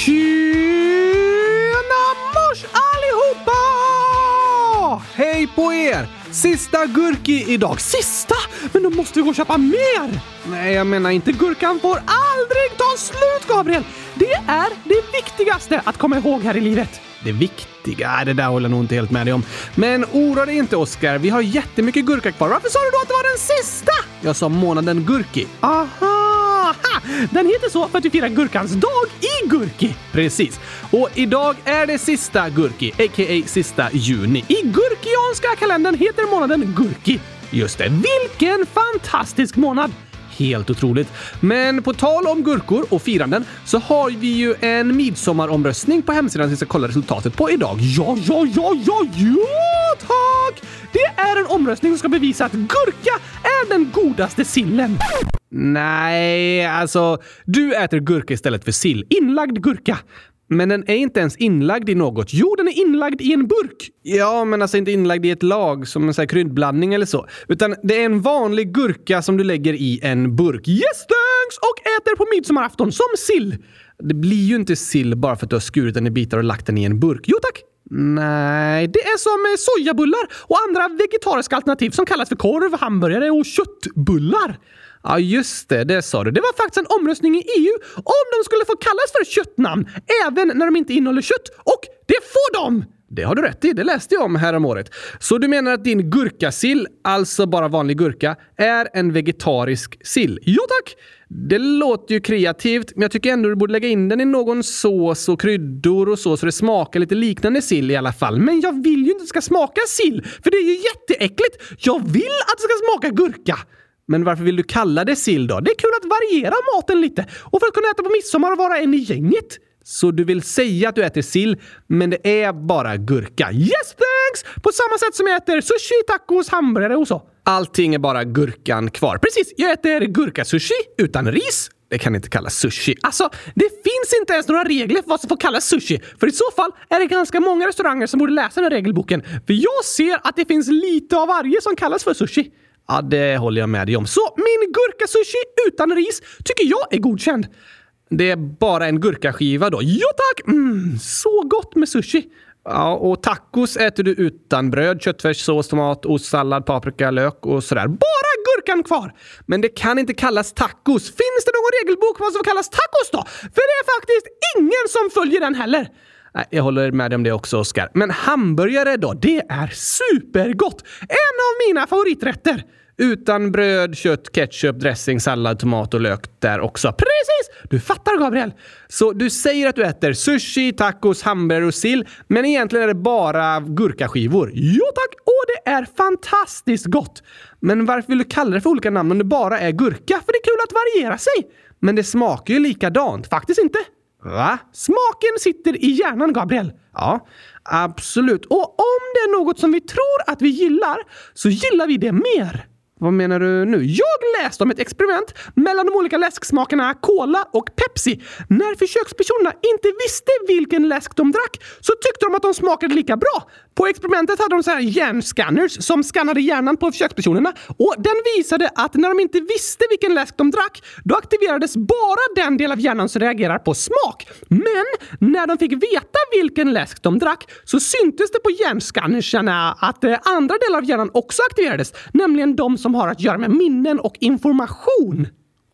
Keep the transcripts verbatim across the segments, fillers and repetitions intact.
Tjena mors allihopa! Hej på er! Sista gurki idag. Sista? Men då måste vi gå och köpa mer. Nej, jag menar inte. Gurkan får aldrig ta slut, Gabriel. Det är det viktigaste att komma ihåg här i livet. Det viktiga, det där håller jag nog inte helt med dig om. Men oroa dig inte, Oskar. Vi har jättemycket gurka kvar. Varför sa du då att det var den sista? Jag sa månaden gurki. Aha! Den heter så för att vi firar gurkans dag i gurki. Precis. Och idag är det sista gurki, a k a sista juni. I gurkianska kalendern heter månaden gurki. Just det, vilken fantastisk månad! Helt otroligt. Men på tal om gurkor och firanden så har vi ju en midsommaromröstning på hemsidan som vi ska kolla resultatet på idag. Ja, ja, ja, ja, ja, tack! Det är en omröstning som ska bevisa att gurka är den godaste sillen. Nej, alltså du äter gurka istället för sill. Inlagd gurka. Men den är inte ens inlagd i något. Jo, den är inlagd i en burk. Ja, men alltså inte inlagd i ett lag som en sån här kryddblandning eller så. Utan det är en vanlig gurka som du lägger i en burk. Yes, thanks! Och äter på midsommarafton som sill. Det blir ju inte sill bara för att du har skurit den i bitar och lagt den i en burk. Jo, tack! Nej, det är som sojabullar och andra vegetariska alternativ som kallas för korv, hamburgare och köttbullar. Ja, just det, det sa du. Det var faktiskt en omröstning i E U om de skulle få kallas för köttnamn, även när de inte innehåller kött. Och det får de! Det har du rätt i, det läste jag om här om året. Så du menar att din gurkasill, alltså bara vanlig gurka, är en vegetarisk sill? Jo tack! Det låter ju kreativt, men jag tycker ändå du borde lägga in den i någon sås och kryddor och så, så det smakar lite liknande sill i alla fall. Men jag vill ju inte att det ska smaka sill, för det är ju jätteäckligt. Jag vill att det ska smaka gurka. Men varför vill du kalla det sill då? Det är kul att variera maten lite. Och för att kunna äta på midsommar och vara en i gänget. Så du vill säga att du äter sill, men det är bara gurka. Yes, thanks! På samma sätt som jag äter sushi, tacos, hamburgare och så. Allting är bara gurkan kvar. Precis, jag äter gurkasushi utan ris. Det kan inte kallas sushi. Alltså, det finns inte ens några regler för vad som får kallas sushi. För i så fall är det ganska många restauranger som borde läsa den här regelboken. För jag ser att det finns lite av varje som kallas för sushi. Ja, det håller jag med dig om. Så min gurkasushi utan ris tycker jag är godkänd. Det är bara en gurkaskiva då. Jo tack! Mm, så gott med sushi. Ja, och tacos äter du utan bröd, köttfärs, sås, tomat, ost, sallad, paprika, lök och sådär. Bara gurkan kvar! Men det kan inte kallas tacos. Finns det någon regelbok vad som kallas tacos då? För det är faktiskt ingen som följer den heller. Nej, jag håller med dig om det också, Oskar. Men hamburgare då, det är supergott. En av mina favoriträtter. Utan bröd, kött, ketchup, dressing, sallad, tomat och lök där också. Precis! Du fattar, Gabriel. Så du säger att du äter sushi, tacos, hamburgare och sill, men egentligen är det bara gurkaskivor. Jo tack! Och det är fantastiskt gott. Men varför vill du kalla det för olika namn om det bara är gurka? För det är kul att variera sig. Men det smakar ju likadant. Faktiskt inte. Va? Smaken sitter i hjärnan, Gabriel. Ja, absolut. Och om det är något som vi tror att vi gillar, så gillar vi det mer. Vad menar du nu? Jag läste om ett experiment mellan de olika läsksmakerna Cola och Pepsi. När försökspersonerna inte visste vilken läsk de drack så tyckte de att de smakade lika bra. På experimentet hade de så här hjärnscanners som skannade hjärnan på försökspersonerna. Och den visade att när de inte visste vilken läsk de drack, då aktiverades bara den del av hjärnan som reagerar på smak. Men när de fick veta vilken läsk de drack så syntes det på hjärnscannerserna att andra delar av hjärnan också aktiverades. Nämligen de som har att göra med minnen och information.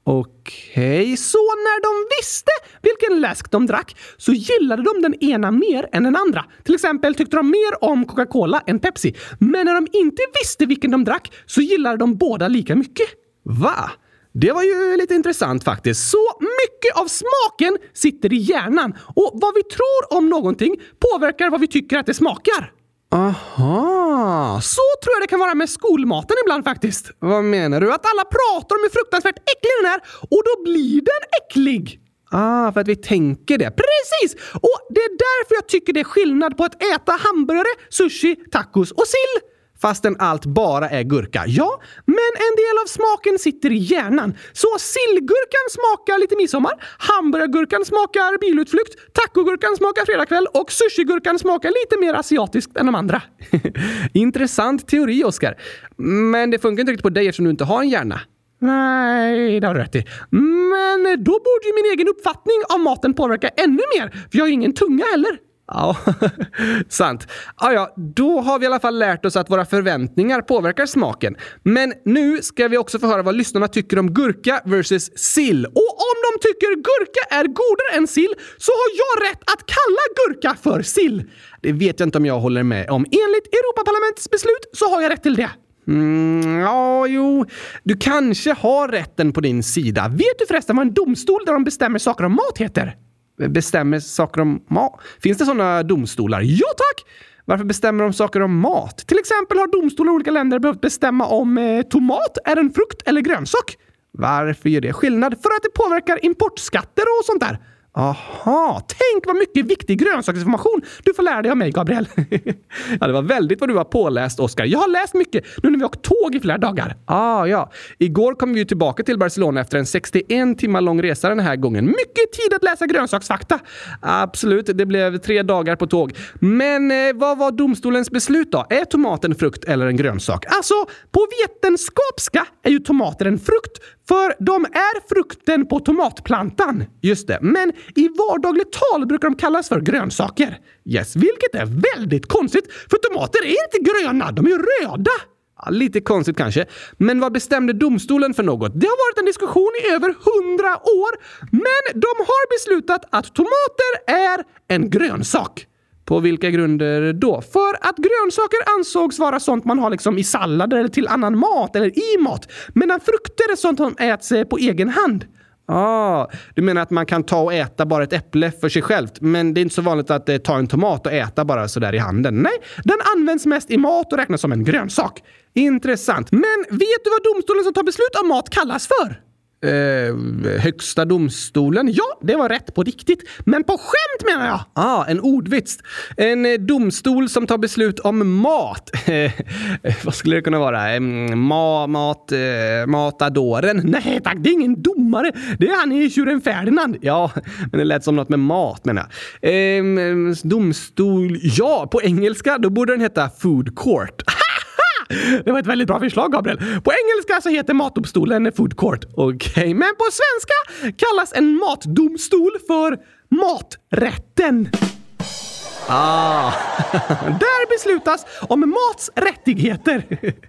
Okej, okay. Så när de visste vilken läsk de drack så gillade de den ena mer än den andra. Till exempel tyckte de mer om Coca-Cola än Pepsi. Men när de inte visste vilken de drack så gillade de båda lika mycket. Va? Det var ju lite intressant faktiskt. Så mycket av smaken sitter i hjärnan. Och vad vi tror om någonting påverkar vad vi tycker att det smakar. Aha, så tror jag det kan vara med skolmaten ibland faktiskt. Vad menar du? Att alla pratar om hur fruktansvärt äcklig den är och då blir den äcklig. Ah, för att vi tänker det. Precis! Och det är därför jag tycker det är skillnad på att äta hamburgare, sushi, tacos och sill. Fastän allt bara är gurka. Ja, men en del av smaken sitter i hjärnan. Så sillgurkan smakar lite midsommar, hamburgergurkan smakar bilutflykt, tacogurkan smakar fredagkväll och sushigurkan smakar lite mer asiatiskt än de andra. Intressant teori, Oskar. Men det funkar inte riktigt på dig eftersom du inte har en hjärna. Nej, det har du rätt i. Men då borde ju min egen uppfattning av maten påverka ännu mer, för jag har ju ingen tunga heller. Ja, sant. Ja, ja, då har vi i alla fall lärt oss att våra förväntningar påverkar smaken. Men nu ska vi också få höra vad lyssnarna tycker om gurka versus sill. Och om de tycker gurka är godare än sill så har jag rätt att kalla gurka för sill. Det vet jag inte om jag håller med om. Enligt Europaparlamentets beslut så har jag rätt till det. Mm, ja, jo. Du kanske har rätten på din sida. Vet du förresten vad en domstol där de bestämmer saker om mat heter? Bestämmer saker om mat? Finns det sådana domstolar? Ja, tack! Varför bestämmer de saker om mat? Till exempel har domstolar i olika länder behövt bestämma om eh, tomat är en frukt eller grönsak. Varför gör det skillnad? För att det påverkar importskatter och sånt där. Aha, tänk vad mycket viktig grönsaksinformation du får lära dig av mig, Gabriel. Ja, det var väldigt vad du har påläst, Oskar. Jag har läst mycket nu när vi har åkt tåg i flera dagar. Ah, ja. Igår kom vi ju tillbaka till Barcelona efter en sextioen timmar lång resa den här gången. Mycket tid att läsa grönsaksfakta. Absolut, det blev tre dagar på tåg. Men eh, vad var domstolens beslut då? Är tomaten frukt eller en grönsak? Alltså, på vetenskapska är ju tomater en frukt, för de är frukten på tomatplantan. Just det, men i vardagligt tal brukar de kallas för grönsaker. Yes, vilket är väldigt konstigt, för tomater är inte gröna, de är ju röda. Ja, lite konstigt kanske. Men vad bestämde domstolen för något? Det har varit en diskussion i över hundra år, men de har beslutat att tomater är en grönsak. På vilka grunder då? För att grönsaker ansågs vara sånt man har liksom i sallader eller till annan mat eller i mat. Medan frukter är sånt som äts på egen hand. Ah, du menar att man kan ta och äta bara ett äpple för sig självt, men det är inte så vanligt att eh, ta en tomat och äta bara sådär i handen. Nej, den används mest i mat och räknas som en grönsak. Intressant. Men vet du vad domstolen som tar beslut om mat kallas för? Eh, högsta domstolen? Ja, det var rätt på riktigt. Men på skämt menar jag. Ah, en ordvits. En eh, domstol som tar beslut om mat. Vad skulle det kunna vara? Eh, ma, mat, eh, matadoren? Nej tack, det är ingen domare. Det är han i tjuren Ferdinand. Ja, men det lät som något med mat menar jag. Eh, domstol, ja, på engelska då borde den heta food court. Det var ett väldigt bra förslag, Gabriel. På engelska så heter matdomstolen food court. Okej, okay. Men på svenska kallas en matdomstol för maträtten. Ah, där beslutas om mats rättigheter.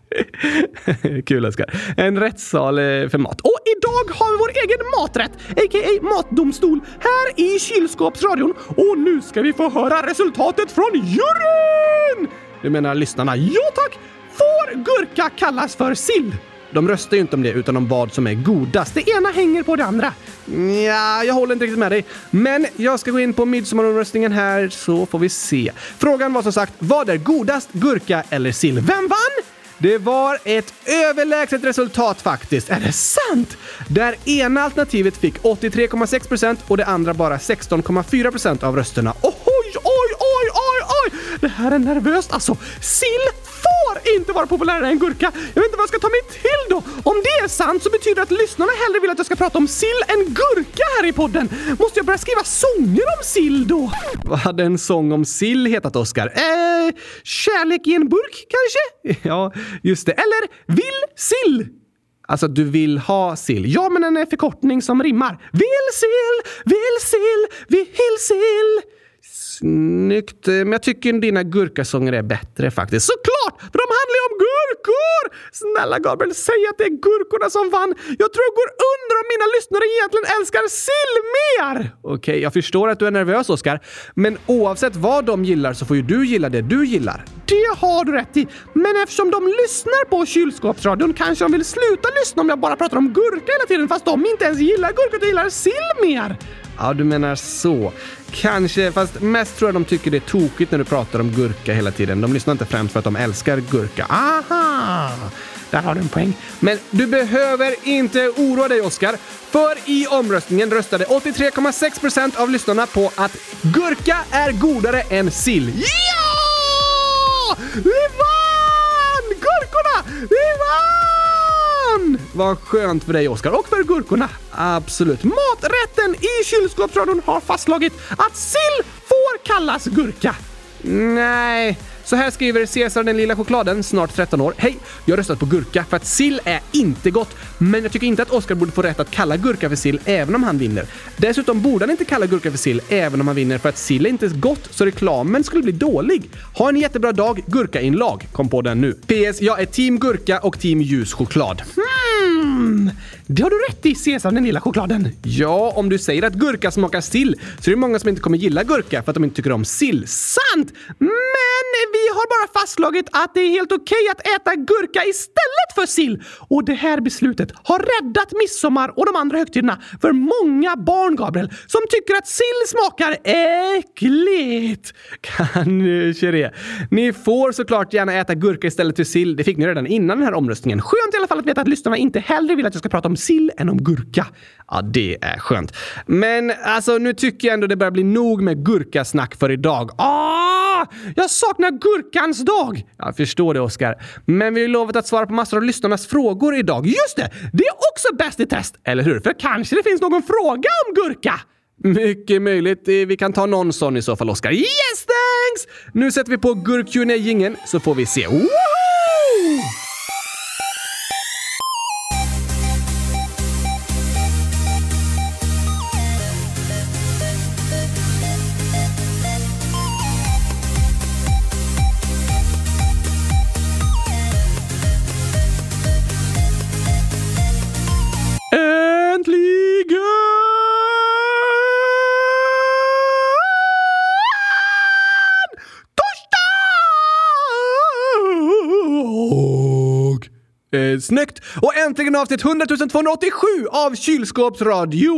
Kul, Oskar. En rättssal för mat. Och idag har vi vår egen maträtt, a k a matdomstol, här i Kylskåpsradion. Och nu ska vi få höra resultatet från juryn! Du menar lyssnarna? Ja, tack! Får gurka kallas för sill? De röstar ju inte om det utan om vad som är godast. Det ena hänger på det andra. Ja, jag håller inte riktigt med dig. Men jag ska gå in på midsommaromröstningen här så får vi se. Frågan var som sagt, vad är godast, gurka eller sill? Vem vann? Det var ett överlägset resultat faktiskt. Är det sant? Där ena alternativet fick åttiotre komma sex procent och det andra bara sexton komma fyra procent av rösterna. Oj, oj, oj, oj, oj! Det här är nervöst alltså. Sill får inte vara populärare än gurka. Jag vet inte vad jag ska ta mig till då. Om det är sant så betyder det att lyssnarna hellre vill att jag ska prata om sill än gurka här i podden. Måste jag börja skriva sånger om sill då? Vad hade en sång om sill hetat, Oskar? Eh, kärlek i en burk kanske? Ja, just det. Eller vill sill? Alltså, du vill ha sill. Ja, men en förkortning som rimmar. Vill sill, vill sill, vill sill. Snyggt. Men jag tycker dina gurkasånger är bättre faktiskt. Såklart! För de handlar ju om gurkor! Snälla Gabriel, säg att det är gurkorna som vann. Jag tror jag går under om mina lyssnare egentligen älskar sill mer! Okej, okay, jag förstår att du är nervös, Oskar. Men oavsett vad de gillar så får ju du gilla det du gillar. Det har du rätt i. Men eftersom de lyssnar på Kylskåpsradion kanske de vill sluta lyssna om jag bara pratar om gurka hela tiden fast de inte ens gillar gurka utan gillar sill mer. Ja, du menar så. Kanske, fast mest tror jag de tycker det är tokigt när du pratar om gurka hela tiden. De lyssnar inte främst för att de älskar gurka. Aha! Där har du en poäng. Men du behöver inte oroa dig, Oskar. För i omröstningen röstade åttiotre komma sex procent av lyssnarna på att gurka är godare än sill. Ja! Vi vann! Gurkorna! Vi vann! Vad skönt för dig, Oskar, och för gurkorna. Absolut. Maträtten i Kylskåpsradion har fastslagit att sill får kallas gurka. Nej, Så här skriver Cesar den lilla chokladen, snart tretton år. Hej, jag har röstat på gurka för att sill är inte gott. Men jag tycker inte att Oscar borde få rätt att kalla gurka för sill även om han vinner. Dessutom borde han inte kalla gurka för sill även om han vinner för att sill är inte gott så reklamen skulle bli dålig. Ha en jättebra dag, gurka-inlag. Kom på den nu. P S. Jag är team gurka och team ljus choklad. Hmm, det har du rätt i, Cesar den lilla chokladen. Ja, om du säger att gurka smakar sill så är det många som inte kommer gilla gurka för att de inte tycker om sill. Sant! Men vi har bara fastslagit att det är helt okej att äta gurka istället för sill. Och det här beslutet har räddat midsommar och de andra högtiderna för många barn, Gabriel, som tycker att sill smakar äckligt. Kanske det. Ni får såklart gärna äta gurka istället för sill. Det fick ni redan innan den här omröstningen. Skönt i alla fall att veta att lyssnarna inte hellre vill att jag ska prata om sill än om gurka. Ja, det är skönt. Men alltså, nu tycker jag ändå det börjar bli nog med gurkasnack för idag. Ah! Jag saknar gurkans dag. Jag förstår det, Oscar. Men vi har ju lovat att svara på massor av lyssnarnas frågor idag. Just det! Det är också bäst i test, eller hur? För kanske det finns någon fråga om gurka. Mycket möjligt. Vi kan ta någon sån i så fall, Oscar. Yes, thanks! Nu sätter vi på gurk Q and A-jingeln så får vi se. Woo! Eh, snyggt! Och äntligen avsnitt hundratusen tvåhundraåttiosju av Kylskåpsradio.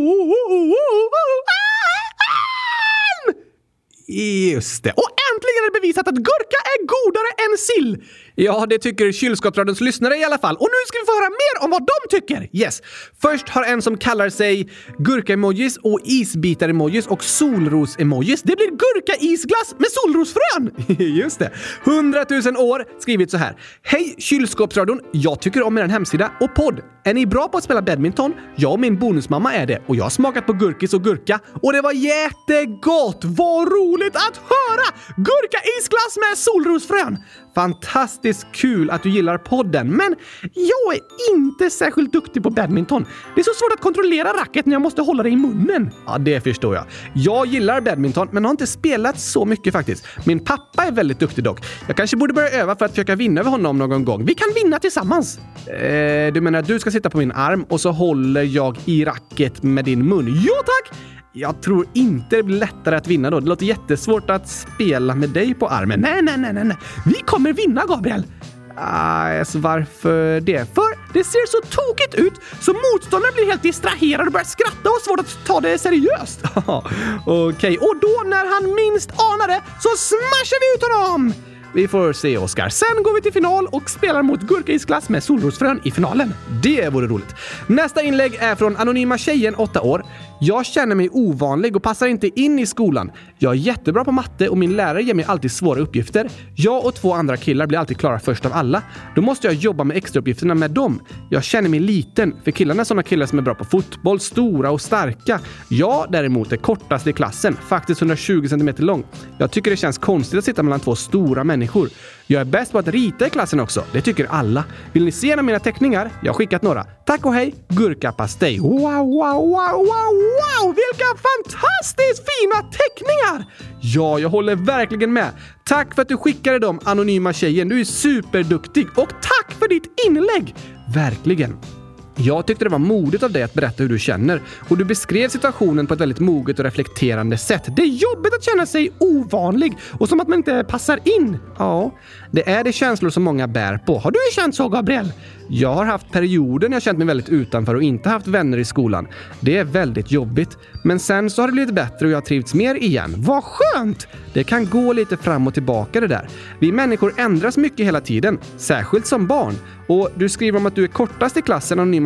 Just det. Och äntligen är det bevisat att gurka är godare än sill. Ja, det tycker Kylskåpsradions lyssnare i alla fall. Och nu ska vi få höra mer om vad de tycker. Yes. Först har en som kallar sig gurka-emojis och isbitar-emojis och solros-emojis. Det blir gurka-isglass med solrosfrön. Just det. hundratusen år skrivit så här. Hej Kylskåpsradion, jag tycker om er hemsida och podd. Är ni bra på att spela badminton? Jag och min bonusmamma är det och jag har smakat på gurkis och gurka och det var jättegott. Vad roligt att höra! Gurka-isglass med solrosfrön. Fantastiskt kul att du gillar podden, men jag är inte särskilt duktig på badminton. Det är så svårt att kontrollera racket när jag måste hålla det i munnen. Ja, det förstår jag. Jag gillar badminton, men har inte spelat så mycket faktiskt. Min pappa är väldigt duktig dock. Jag kanske borde börja öva för att försöka vinna över honom någon gång. Vi kan vinna tillsammans. Eh, du menar att du ska sitta på min arm och så håller jag i racket med din mun? Ja, tack! Jag tror inte det blir lättare att vinna då. Det låter jättesvårt att spela med dig på armen. Nej, nej, nej, nej. Vi kommer vinna, Gabriel. Alltså, varför det? För det ser så tokigt ut så motståndaren blir helt distraherad och börjar skratta och svårt att ta det seriöst. Okej, okay. Och då när han minst anar det så smashar vi ut honom! Vi får se, Oscar. Sen går vi till final och spelar mot gurkaisglass med solrosfrön i finalen. Det vore roligt. Nästa inlägg är från anonyma tjejen, åtta år. Jag känner mig ovanlig och passar inte in i skolan. Jag är jättebra på matte och min lärare ger mig alltid svåra uppgifter. Jag och två andra killar blir alltid klara först av alla. Då måste jag jobba med extrauppgifterna med dem. Jag känner mig liten, för killarna är sådana killar som är bra på fotboll, stora och starka. Jag däremot är kortast i klassen, faktiskt hundratjugo centimeter lång. Jag tycker det känns konstigt att sitta mellan två stora människor. Jag är bäst på att rita i klassen också. Det tycker alla. Vill ni se en av mina teckningar? Jag har skickat några. Tack och hej, gurkapastej. Wow, wow, wow, wow, wow! Vilka fantastiskt fina teckningar! Ja, jag håller verkligen med. Tack för att du skickade dem, anonyma tjejen. Du är superduktig. Och tack för ditt inlägg. Verkligen. Jag tyckte det var modigt av dig att berätta hur du känner och du beskrev situationen på ett väldigt moget och reflekterande sätt. Det är jobbigt att känna sig ovanlig och som att man inte passar in. Ja, det är det känslor som många bär på. Har du känt så, Gabriel? Jag har haft perioder när jag känt mig väldigt utanför och inte haft vänner i skolan. Det är väldigt jobbigt. Men sen så har det blivit bättre och jag har trivts mer igen. Vad skönt! Det kan gå lite fram och tillbaka det där. Vi människor ändras mycket hela tiden, särskilt som barn. Och du skriver om att du är kortast i klassen, anonyma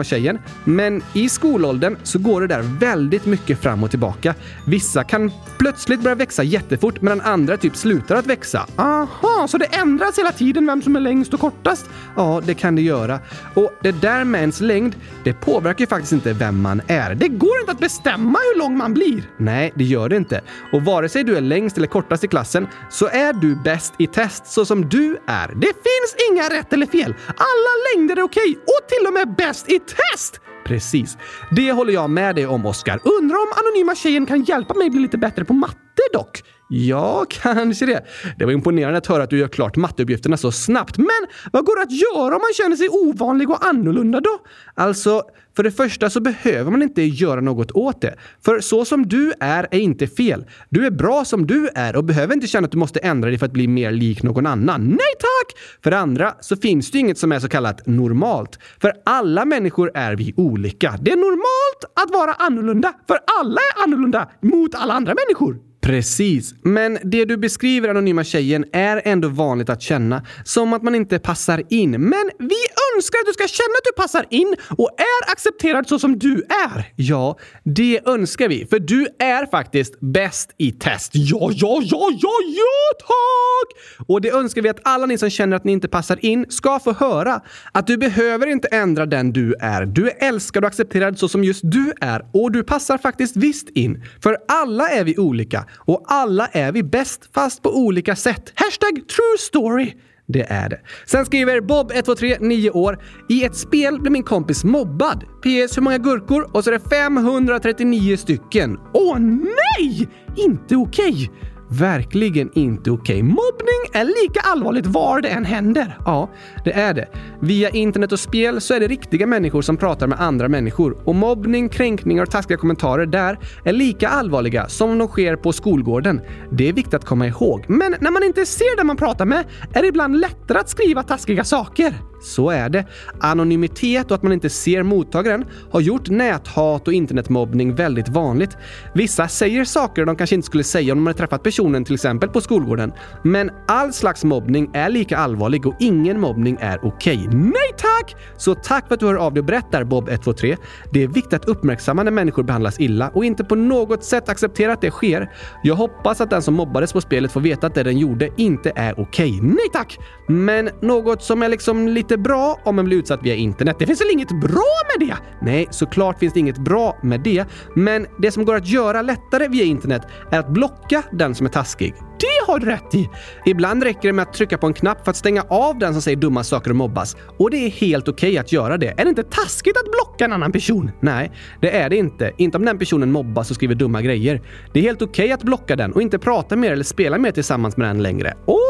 tjejen. Men i skolåldern så går det där väldigt mycket fram och tillbaka. Vissa kan plötsligt börja växa jättefort medan andra typ slutar att växa. Aha, så det ändras hela tiden vem som är längst och kortast? Ja, det kan det göra. Och det där med ens längd, det påverkar ju faktiskt inte vem man är. Det går inte att bestämma hur lång man blir. Nej, det gör det inte. Och vare sig du är längst eller kortast i klassen så är du bäst i test så som du är. Det finns inga rätt eller fel. Alla längder är okej och till och med bäst i test. Precis. Det håller jag med dig om, Oskar. Undrar om anonyma tjejen kan hjälpa mig bli lite bättre på matte dock. Ja, kanske det. Det var imponerande att höra att du gör klart matteuppgifterna så snabbt. Men vad går det att göra om man känner sig ovanlig och annorlunda då? Alltså, för det första så behöver man inte göra något åt det. För så som du är är inte fel. Du är bra som du är och behöver inte känna att du måste ändra dig för att bli mer lik någon annan. Nej tack! För det andra så finns det inget som är så kallat normalt. För alla människor är vi olika. Det är normalt att vara annorlunda. För alla är annorlunda mot alla andra människor. Precis, men det du beskriver, anonyma tjejen, är ändå vanligt att känna som att man inte passar in. Men vi önskar att du ska känna att du passar in och är accepterad så som du är. Ja, det önskar vi, för du är faktiskt bäst i test. Ja, ja, ja, ja, ja, tack! Och det önskar vi att alla ni som känner att ni inte passar in ska få höra. Att du behöver inte ändra den du är. Du är älskad och accepterad så som just du är. Och du passar faktiskt visst in. För alla är vi olika. Och alla är vi bäst fast på olika sätt. Hashtag true story. Det är det. Sen skriver Bob ett två tre, nio år. I ett spel blev min kompis mobbad. P S hur många gurkor? Och så är det femhundratrettionio stycken. Åh nej! Inte okej. Verkligen inte okej. Mobbning är lika allvarligt var det än händer. Ja, det är det. Via internet och spel så är det riktiga människor som pratar med andra människor. Och mobbning, kränkningar och taskiga kommentarer där är lika allvarliga som om de sker på skolgården. Det är viktigt att komma ihåg. Men när man inte ser den man pratar med är det ibland lättare att skriva taskiga saker. Så är det. Anonymitet och att man inte ser mottagaren har gjort näthat och internetmobbning väldigt vanligt. Vissa säger saker de kanske inte skulle säga om de hade träffat personen till exempel på skolgården. Men all slags mobbning är lika allvarlig och ingen mobbning är okej. Nej tack! Så tack för att du hör av dig och berättar, Bob ett två tre. Det är viktigt att uppmärksamma när människor behandlas illa och inte på något sätt acceptera att det sker. Jag hoppas att den som mobbades på spelet får veta att det den gjorde inte är okej. Nej tack! Men något som är liksom lite bra om man blir utsatt via internet. Det finns väl inget bra med det? Nej, såklart finns det inget bra med det. Men det som går att göra lättare via internet är att blocka den som är taskig. Det har du rätt i. Ibland räcker det med att trycka på en knapp för att stänga av den som säger dumma saker och mobbas. Och det är helt okej att göra det. Är det inte taskigt att blocka en annan person? Nej, det är det inte. Inte om den personen mobbas och skriver dumma grejer. Det är helt okej att blocka den och inte prata mer eller spela mer tillsammans med den längre.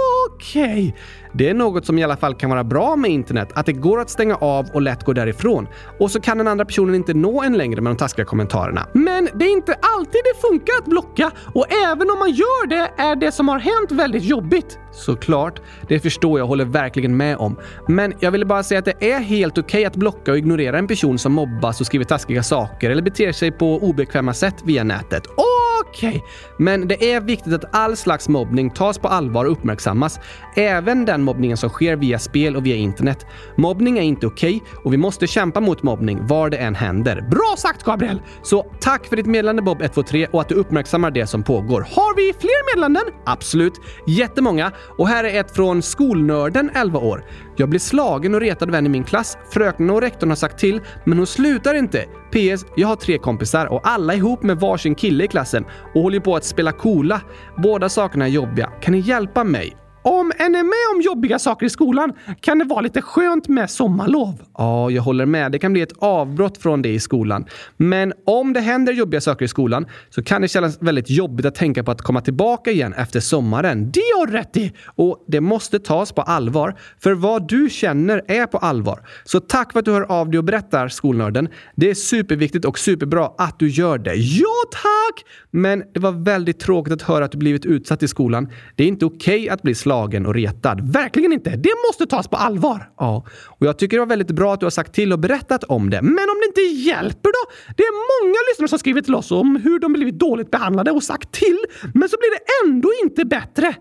Okej. Det är något som i alla fall kan vara bra med internet. Att det går att stänga av och lätt gå därifrån. Och så kan den andra personen inte nå en längre med de taskiga kommentarerna. Men det är inte alltid det funkar att blocka. Och även om man gör det är det som har hänt väldigt jobbigt. Såklart, det förstår jag och håller verkligen med om. Men jag ville bara säga att det är helt okej att blocka och ignorera en person som mobbas och skriver taskiga saker eller beter sig på obekväma sätt via nätet. Okej, men det är viktigt att all slags mobbning tas på allvar och uppmärksammas. Även den mobbningen som sker via spel och via internet. Mobbning är inte okej och vi måste kämpa mot mobbning var det än händer. Bra sagt, Gabriel! Så tack för ditt meddelande, Bob ett två tre, och att du uppmärksammar det som pågår. Har vi fler meddelanden? Absolut, jättemånga. Och här är ett från skolnörden, elva år. Jag blir slagen och retad vän i min klass. Fröken och rektorn har sagt till, men hon slutar inte. P S. Jag har tre kompisar och alla ihop med varsin kille i klassen och håller på att spela coola. Båda sakerna är jobbiga. Kan ni hjälpa mig? Om en är med om jobbiga saker i skolan kan det vara lite skönt med sommarlov. Ja, jag håller med. Det kan bli ett avbrott från det i skolan. Men om det händer jobbiga saker i skolan så kan det kännas väldigt jobbigt att tänka på att komma tillbaka igen efter sommaren. Det har rätt i! Och det måste tas på allvar. För vad du känner är på allvar. Så tack för att du hör av dig och berättar, skolnörden. Det är superviktigt och superbra att du gör det. Ja, tack! Men det var väldigt tråkigt att höra att du blivit utsatt i skolan. Det är inte okej att bli slagen och retad. Verkligen inte. Det måste tas på allvar. Ja, och jag tycker det var väldigt bra att du har sagt till och berättat om det. Men om det inte hjälper då? Det är många lyssnare som skrivit till oss om hur de blivit dåligt behandlade och sagt till. Men så blir det ändå inte bättre.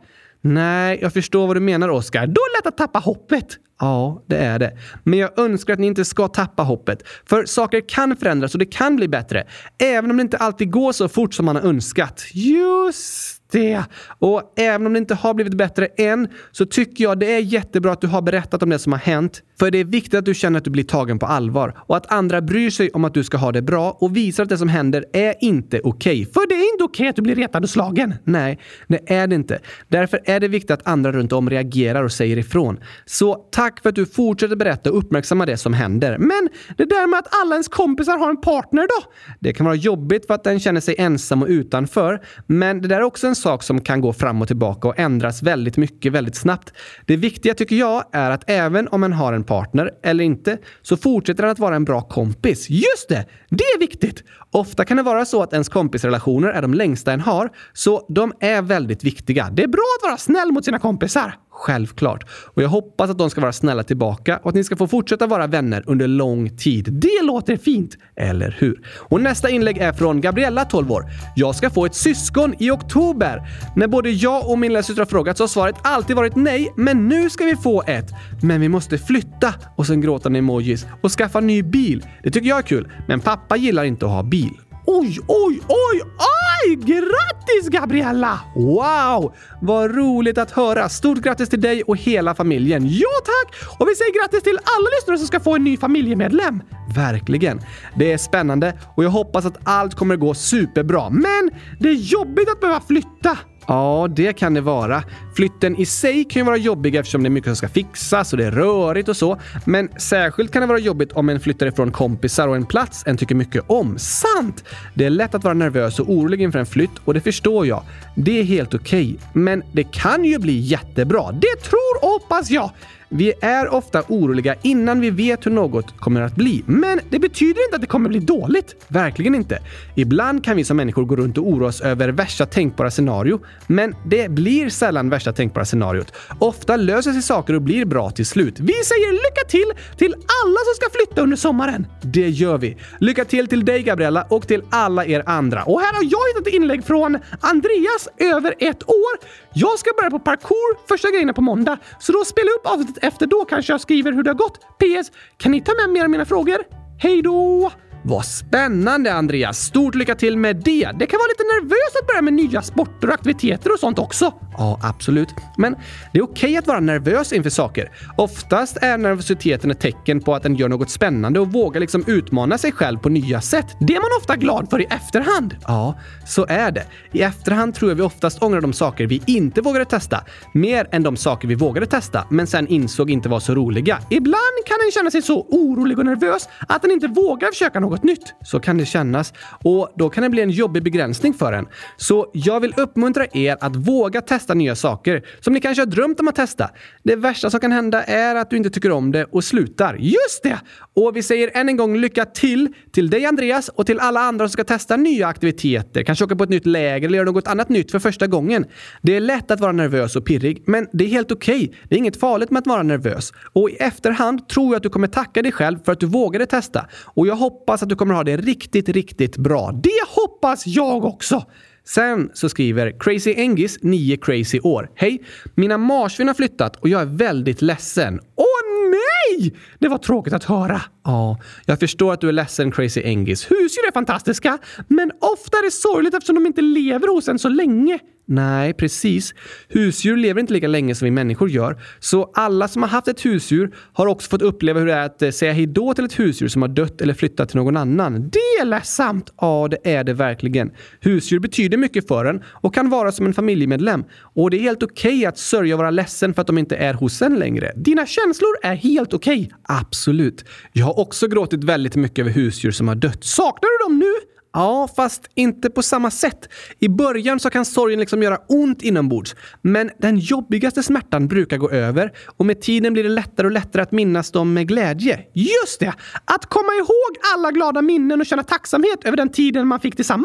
Nej, jag förstår vad du menar, Oskar. Då är det lätt att tappa hoppet. Ja, det är det. Men jag önskar att ni inte ska tappa hoppet. För saker kan förändras och det kan bli bättre. Även om det inte alltid går så fort som man har önskat. Just det. Och även om det inte har blivit bättre än så tycker jag det är jättebra att du har berättat om det som har hänt. För det är viktigt att du känner att du blir tagen på allvar. Och att andra bryr sig om att du ska ha det bra och visar att det som händer är inte okej. För det är inte okej att du blir retad och slagen. Nej, det är det inte. Därför är det viktigt att andra runt om reagerar och säger ifrån. Så tack för att du fortsätter berätta och uppmärksamma det som händer. Men det där med att alla ens kompisar har en partner då? Det kan vara jobbigt för att den känner sig ensam och utanför. Men det där är också en sak som kan gå fram och tillbaka och ändras väldigt mycket, väldigt snabbt. Det viktiga tycker jag är att även om man har en partner eller inte så fortsätter den att vara en bra kompis. Just det! Det är viktigt! Ofta kan det vara så att ens kompisrelationer är de längsta en har, så de är väldigt viktiga. Det är bra att vara snäll mot sina kompisar. Självklart. Och jag hoppas att de ska vara snälla tillbaka och att ni ska få fortsätta vara vänner under lång tid. Det låter fint, eller hur? Och nästa inlägg är från Gabriella, tolv år. Jag ska få ett syskon i oktober. När både jag och min lillasyster har frågat så har svaret alltid varit nej, men nu ska vi få ett. Men vi måste flytta, och sen gråtande emojis, och skaffa ny bil. Det tycker jag är kul, men pappa gillar inte att ha bil. Oj, oj, oj, oj! Grattis, Gabriella! Wow! Vad roligt att höra. Stort grattis till dig och hela familjen. Ja, tack! Och vi säger grattis till alla lyssnare som ska få en ny familjemedlem. Verkligen. Det är spännande och jag hoppas att allt kommer gå superbra. Men det är jobbigt att behöva flytta. Ja, det kan det vara. Flytten i sig kan ju vara jobbig eftersom det är mycket som ska fixas och det är rörigt och så. Men särskilt kan det vara jobbigt om en flyttar ifrån kompisar och en plats en tycker mycket om. Sant! Det är lätt att vara nervös och orolig inför en flytt och det förstår jag. Det är helt okej. Men det kan ju bli jättebra. Det tror och hoppas jag. Vi är ofta oroliga innan vi vet hur något kommer att bli. Men det betyder inte att det kommer bli dåligt. Verkligen inte. Ibland kan vi som människor gå runt och oroa oss över värsta tänkbara scenario. Men det blir sällan värsta tänkbara scenariot. Ofta löser sig saker och blir bra till slut. Vi säger lycka till till alla som ska flytta under sommaren. Det gör vi. Lycka till till dig, Gabriella, och till alla er andra. Och här har jag hittat ett inlägg från Andreas, över ett år. Jag ska börja på parkour första grejerna på måndag. Så då spela upp avsnittet efter då kanske jag skriver hur det har gått. P S. Kan ni ta med mer av mina frågor? Hej då! Vad spännande, Andreas. Stort lycka till med det. Det kan vara lite nervöst att börja med nya sporter och aktiviteter och sånt också. Ja, absolut. Men det är okej att vara nervös inför saker. Oftast är nervositeten ett tecken på att den gör något spännande och vågar liksom utmana sig själv på nya sätt. Det är man ofta glad för i efterhand. Ja, så är det. I efterhand tror jag vi oftast ångrar de saker vi inte vågade testa. Mer än de saker vi vågade testa, men sen insåg inte var så roliga. Ibland kan en känna sig så orolig och nervös att den inte vågar försöka något nytt. Så kan det kännas. Och då kan det bli en jobbig begränsning för en. Så jag vill uppmuntra er att våga testa nya saker som ni kanske har drömt om att testa. Det värsta som kan hända är att du inte tycker om det och slutar. Just det! Och vi säger än en gång lycka till till dig, Andreas, och till alla andra som ska testa nya aktiviteter. Kanske åka på ett nytt läger eller göra något annat nytt för första gången. Det är lätt att vara nervös och pirrig, men det är helt okej. Okay. Det är inget farligt med att vara nervös. Och i efterhand tror jag att du kommer tacka dig själv för att du vågade testa. Och jag hoppas att du kommer ha det riktigt, riktigt bra. Det hoppas jag också! Sen så skriver Crazy Engis, nio crazy år. Hej, mina marsvin har flyttat och jag är väldigt ledsen. Åh nej! Det var tråkigt att höra. Ja, jag förstår att du är ledsen, Crazy Engis. Husdjur är fantastiska, men ofta är det sorgligt eftersom de inte lever hos en så länge. Nej, precis. Husdjur lever inte lika länge som vi människor gör. Så alla som har haft ett husdjur har också fått uppleva hur det är att säga hej då till ett husdjur som har dött eller flyttat till någon annan. Det är ledsamt. Ja, det är det verkligen. Husdjur betyder mycket för en och kan vara som en familjemedlem. Och det är helt okej okay att sörja och vara ledsen för att de inte är hos en längre. Dina känslor är helt okej. Okay. Absolut. Jag har också gråtit väldigt mycket över husdjur som har dött. Saknar du dem nu? Ja, fast inte på samma sätt. I början så kan sorgen liksom göra ont inombords. Men den jobbigaste smärtan brukar gå över. Och med tiden blir det lättare och lättare att minnas dem med glädje. Just det! Att komma ihåg alla glada minnen och känna tacksamhet över den tiden man fick tillsammans.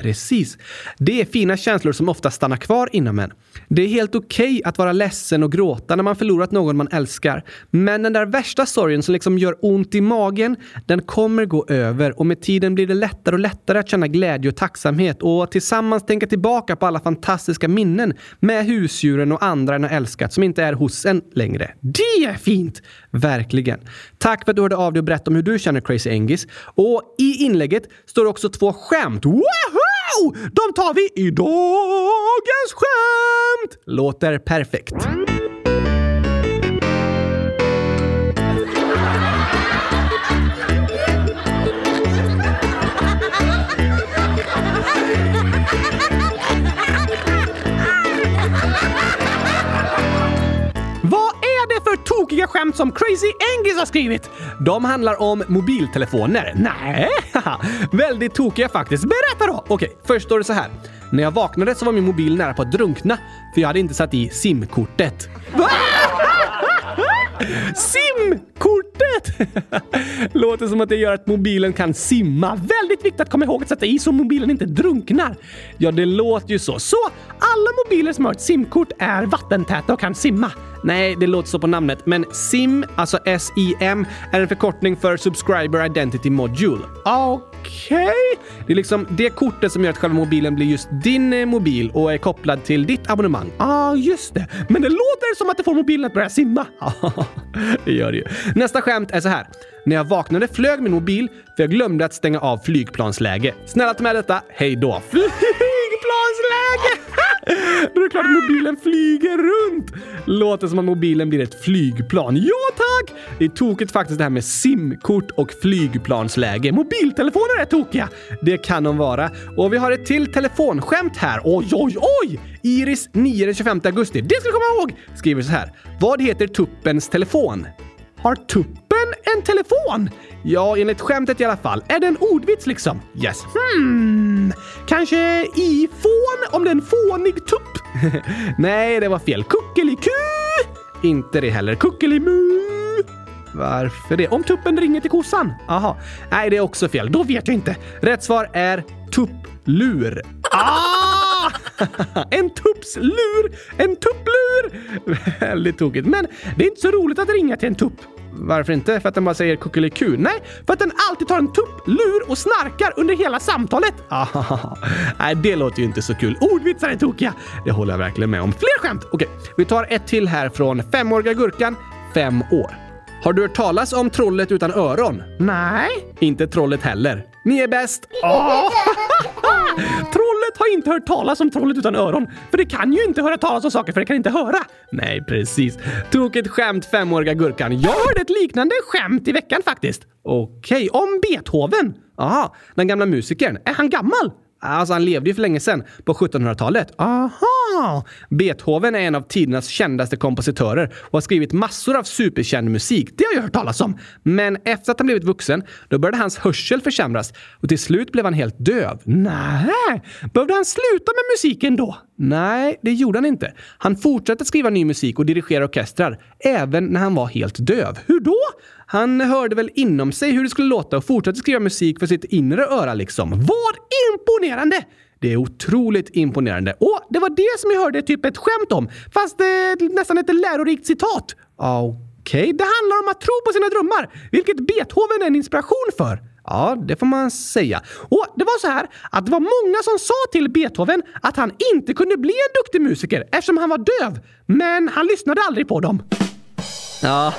Precis. Det är fina känslor som ofta stannar kvar inom en. Det är helt okej att vara ledsen och gråta när man förlorat någon man älskar. Men den där värsta sorgen som liksom gör ont i magen, den kommer gå över. Och med tiden blir det lättare och lättare att känna glädje och tacksamhet. Och tillsammans tänka tillbaka på alla fantastiska minnen med husdjuren och andra en har älskat som inte är hos en längre. Det är fint! Verkligen. Tack för att du hörde av dig och berättade om hur du känner Crazy Engis. Och i inlägget står också två skämt. Wow! De tar vi i dagens skämt! Låter perfekt. Tokiga skämt som Crazy Engis har skrivit. De handlar om mobiltelefoner. Nej, väldigt tokiga faktiskt. Berätta då! Okej, först står det så här. När jag vaknade så var min mobil nära på att drunkna. För jag hade inte satt i simkortet. Simkortet! Låter som att det gör att mobilen kan simma. Väldigt viktigt att komma ihåg att sätta i så mobilen inte drunknar. Ja, det låter ju så. Så alla mobiler som har ett simkort är vattentäta och kan simma. Nej, det låter så på namnet. Men SIM, alltså S I M, är en förkortning för Subscriber Identity Module. Okej. Okay. Det är liksom det kortet som gör att själva mobilen blir just din mobil och är kopplad till ditt abonnemang. Ja, ah, just det. Men det låter som att det får mobilen att börja simma. Det gör det ju. Nästa skämt är så här. När jag vaknade flög min mobil för jag glömde att stänga av flygplansläge. Snälla ta med detta. Hej då. Flygplansläge! Då är det klart att mobilen flyger runt. Låter som att mobilen blir ett flygplan. Ja tack! Det är tokigt faktiskt det här med simkort och flygplansläge. Mobiltelefoner är tokiga. Det kan de vara. Och vi har ett till telefonskämt här. Oj, oj, oj! Iris nio den tjugofemte augusti. Det ska du komma ihåg! Skriver så här. Vad heter tuppens telefon? Har tuppen en telefon? Ja, enligt skämtet i alla fall. Är det en ordvits liksom? Yes. Hmm. Kanske iPhone om det är en fånig tupp? Nej, det var fel. Kuckeliku! Inte det heller. Kuckelimu! Varför det? Om tuppen ringer till kossan? Aha. Nej, det är också fel. Då vet jag inte. Rätt svar är tupplur. Ah! En tuppslur! En tupplur! Väldigt tokigt. Men det är inte så roligt att ringa till en tupp. Varför inte? För att den bara säger kuckeliku? Nej, för att den alltid tar en tupplur och snarkar under hela samtalet. Ah, nej, det låter ju inte så kul. Ordvitsar är tokiga. Det håller jag verkligen med om. Fler skämt! Okej, vi tar ett till här från femåriga Gurkan. Fem år. Har du hört talas om trollet utan öron? Nej. Inte trollet heller. Ni är bäst. Oh! Trollet har inte hört talas om trollet utan öron. För det kan ju inte höra talas om saker för det kan inte höra. Nej, precis. Tokigt skämt, femåriga Gurkan. Jag hörde ett liknande skämt i veckan faktiskt. Okej, om Beethoven. Aha, den gamla musikern. Är han gammal? Alltså han levde ju för länge sedan, på sjuttonhundratalet. Aha! Beethoven är en av tidernas kändaste kompositörer och har skrivit massor av superkänd musik. Det har jag hört talas om. Men efter att han blivit vuxen, då började hans hörsel försämras. Och till slut blev han helt döv. Nej! Behövde han sluta med musiken då? Nej, det gjorde han inte. Han fortsatte skriva ny musik och dirigera orkestrar, även när han var helt döv. Hur då? Han hörde väl inom sig hur det skulle låta och fortsatte skriva musik för sitt inre öra liksom. Vad imponerande! Det är otroligt imponerande. Och det var det som jag hörde typ ett skämt om. Fast eh, nästan ett lärorikt citat. Okej, okay. Det handlar om att tro på sina drömmar. Vilket Beethoven är en inspiration för. Ja, det får man säga. Och det var så här att det var många som sa till Beethoven att han inte kunde bli en duktig musiker eftersom han var döv. Men han lyssnade aldrig på dem. Ja,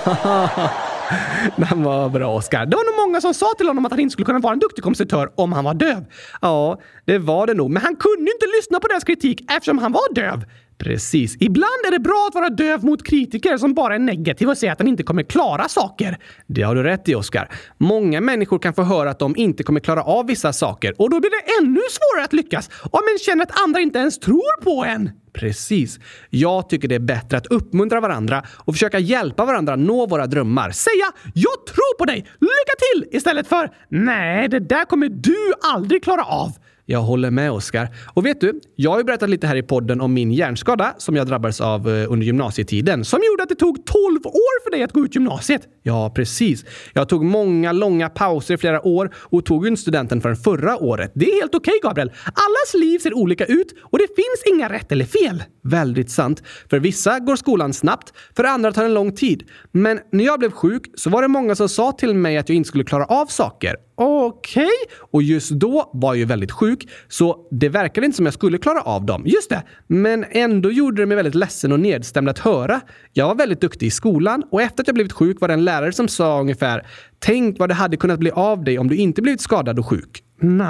den var bra, Oskar. Det var nog många som sa till honom att han inte skulle kunna vara en duktig kompositör om han var döv. Ja, det var det nog. Men han kunde inte lyssna på deras kritik eftersom han var döv. Precis. Ibland är det bra att vara döv mot kritiker som bara är negativa och säger att han inte kommer klara saker. Det har du rätt i, Oskar. Många människor kan få höra att de inte kommer klara av vissa saker och då blir det ännu svårare att lyckas om man känner att andra inte ens tror på en. Precis. Jag tycker det är bättre att uppmuntra varandra och försöka hjälpa varandra nå våra drömmar. Säga, jag tror på dig, lycka till, istället för nej, det där kommer du aldrig klara av. Jag håller med, Oskar. Och vet du, jag har ju berättat lite här i podden om min hjärnskada som jag drabbades av under gymnasietiden. Som gjorde att det tog tolv år för dig att gå ut gymnasiet. Ja, precis. Jag tog många långa pauser i flera år och tog ju studenten förrän förra året. Det är helt okej, Gabriel. Allas liv ser olika ut och det finns inga rätt eller fel. Väldigt sant. För vissa går skolan snabbt, för andra tar en lång tid. Men när jag blev sjuk så var det många som sa till mig att jag inte skulle klara av saker. Okej. Okay. Och just då var jag ju väldigt sjuk, så det verkade inte som jag skulle klara av dem. Just det. Men ändå gjorde det mig väldigt ledsen och nedstämd att höra. Jag var väldigt duktig i skolan och efter att jag blivit sjuk var det en lärare som sa ungefär: tänk vad det hade kunnat bli av dig om du inte blivit skadad och sjuk.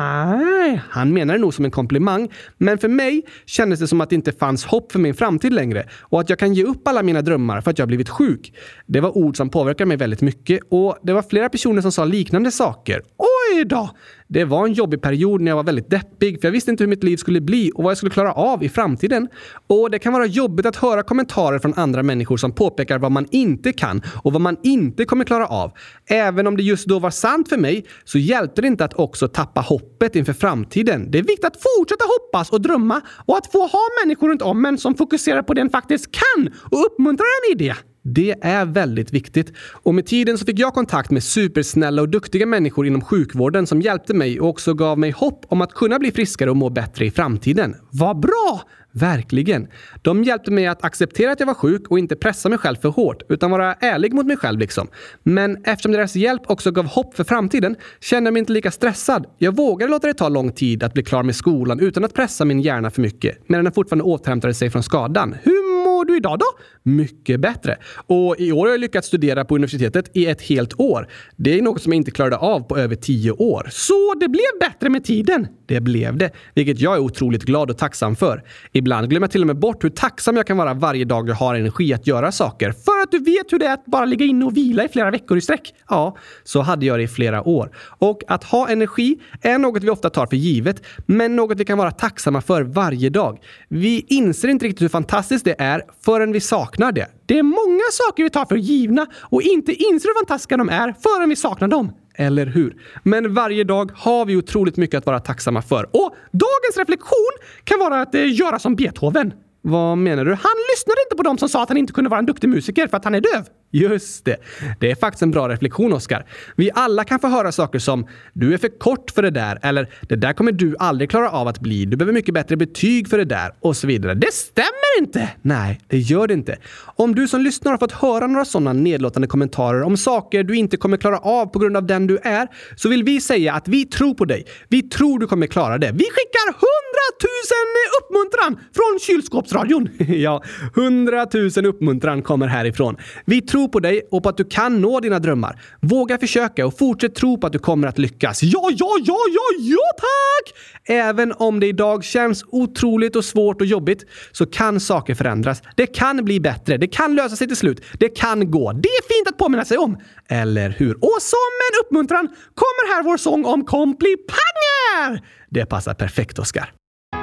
Nej, han menade nog som en komplimang. Men för mig kändes det som att det inte fanns hopp för min framtid längre. Och att jag kan ge upp alla mina drömmar för att jag har blivit sjuk. Det var ord som påverkade mig väldigt mycket. Och det var flera personer som sa liknande saker. Oj då! Det var en jobbig period när jag var väldigt deppig. För jag visste inte hur mitt liv skulle bli och vad jag skulle klara av i framtiden. Och det kan vara jobbigt att höra kommentarer från andra människor som påpekar vad man inte kan och vad man inte kommer klara av. Även om det just då var sant för mig så hjälpte det inte att också tappa hoppet inför framtiden. Det är viktigt att fortsätta hoppas och drömma och att få ha människor runt om men som fokuserar på det en faktiskt kan och uppmuntrar en i det. Det är väldigt viktigt. Och med tiden så fick jag kontakt med supersnälla och duktiga människor inom sjukvården som hjälpte mig och också gav mig hopp om att kunna bli friskare och må bättre i framtiden. Vad bra! Verkligen. De hjälpte mig att acceptera att jag var sjuk och inte pressa mig själv för hårt utan vara ärlig mot mig själv liksom. Men eftersom deras hjälp också gav hopp för framtiden kände jag mig inte lika stressad. Jag vågade låta det ta lång tid att bli klar med skolan utan att pressa min hjärna för mycket medan den fortfarande återhämtade sig från skadan. Hur mår du idag då? Mycket bättre. Och i år har jag lyckats studera på universitetet i ett helt år. Det är något som jag inte klarade av på över tio år. Så det blev bättre med tiden. Det blev det, vilket jag är otroligt glad och tacksam för. Ibland glömmer jag till och med bort hur tacksam jag kan vara varje dag jag har energi att göra saker. För att du vet hur det är att bara ligga inne och vila i flera veckor i sträck. Ja, så hade jag det i flera år. Och att ha energi är något vi ofta tar för givet, men något vi kan vara tacksamma för varje dag. Vi inser inte riktigt hur fantastiskt det är förrän vi saknar det. Det är många saker vi tar för givna och inte inser hur fantastiska de är förrän vi saknar dem. Eller hur? Men varje dag har vi otroligt mycket att vara tacksamma för. Och dagens reflektion kan vara att eh, göra som Beethoven. Vad menar du? Han lyssnade inte på dem som sa att han inte kunde vara en duktig musiker för att han är döv. Just det. Det är faktiskt en bra reflektion, Oskar. Vi alla kan få höra saker som du är för kort för det där eller det där kommer du aldrig klara av att bli. Du behöver mycket bättre betyg för det där och så vidare. Det stämmer inte! Nej, det gör det inte. Om du som lyssnar har fått höra några sådana nedlåtande kommentarer om saker du inte kommer klara av på grund av den du är så vill vi säga att vi tror på dig. Vi tror du kommer klara det. Vi skickar hundratusen uppmuntran från kylskåpsradion. Ja, hundratusen uppmuntran kommer härifrån. Vi tror på dig och på att du kan nå dina drömmar. Våga försöka och fortsätt tro på att du kommer att lyckas. Ja, ja, ja, ja, ja, tack! Även om det idag känns otroligt och svårt och jobbigt så kan saker förändras. Det kan bli bättre. Det kan lösa sig till slut. Det kan gå. Det är fint att påminna sig om. Eller hur? Och som en uppmuntran kommer här vår sång om komplipanger. Det passar perfekt, Oskar.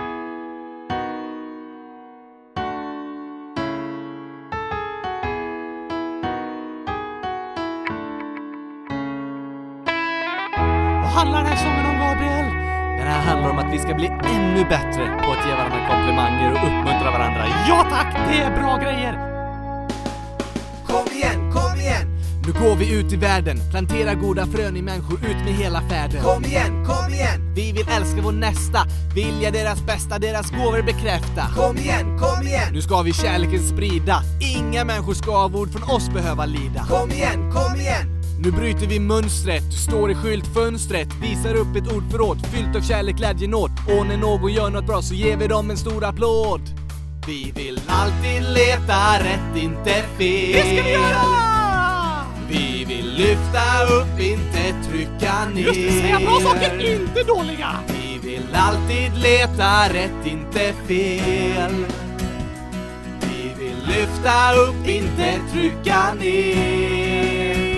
Handlar den här sången om, Gabriel? Den här handlar om att vi ska bli ännu bättre på att ge varandra komplimanger och uppmuntra varandra. Ja tack, det är bra grejer! Kom igen, kom igen! Nu går vi ut i världen, plantera goda frön i människor ut med hela färden. Kom igen, kom igen! Vi vill älska vår nästa, vilja deras bästa, deras gåvor bekräfta. Kom igen, kom igen! Nu ska vi kärleken sprida, inga människor ska av ord från oss behöva lida. Kom igen, kom igen! Nu bryter vi mönstret, du står i skyltfönstret, visar upp ett ordförråd fyllt av kärlek, glädje, nåd. Och när någon gör något bra så ger vi dem en stor applåd. Vi vill alltid leta rätt, inte fel. Det ska vi göra! Vi vill lyfta upp, inte trycka ner. Just det, säga bra saker, inte dåliga. Vi vill alltid leta rätt, inte fel. Vi vill lyfta upp, inte trycka ner.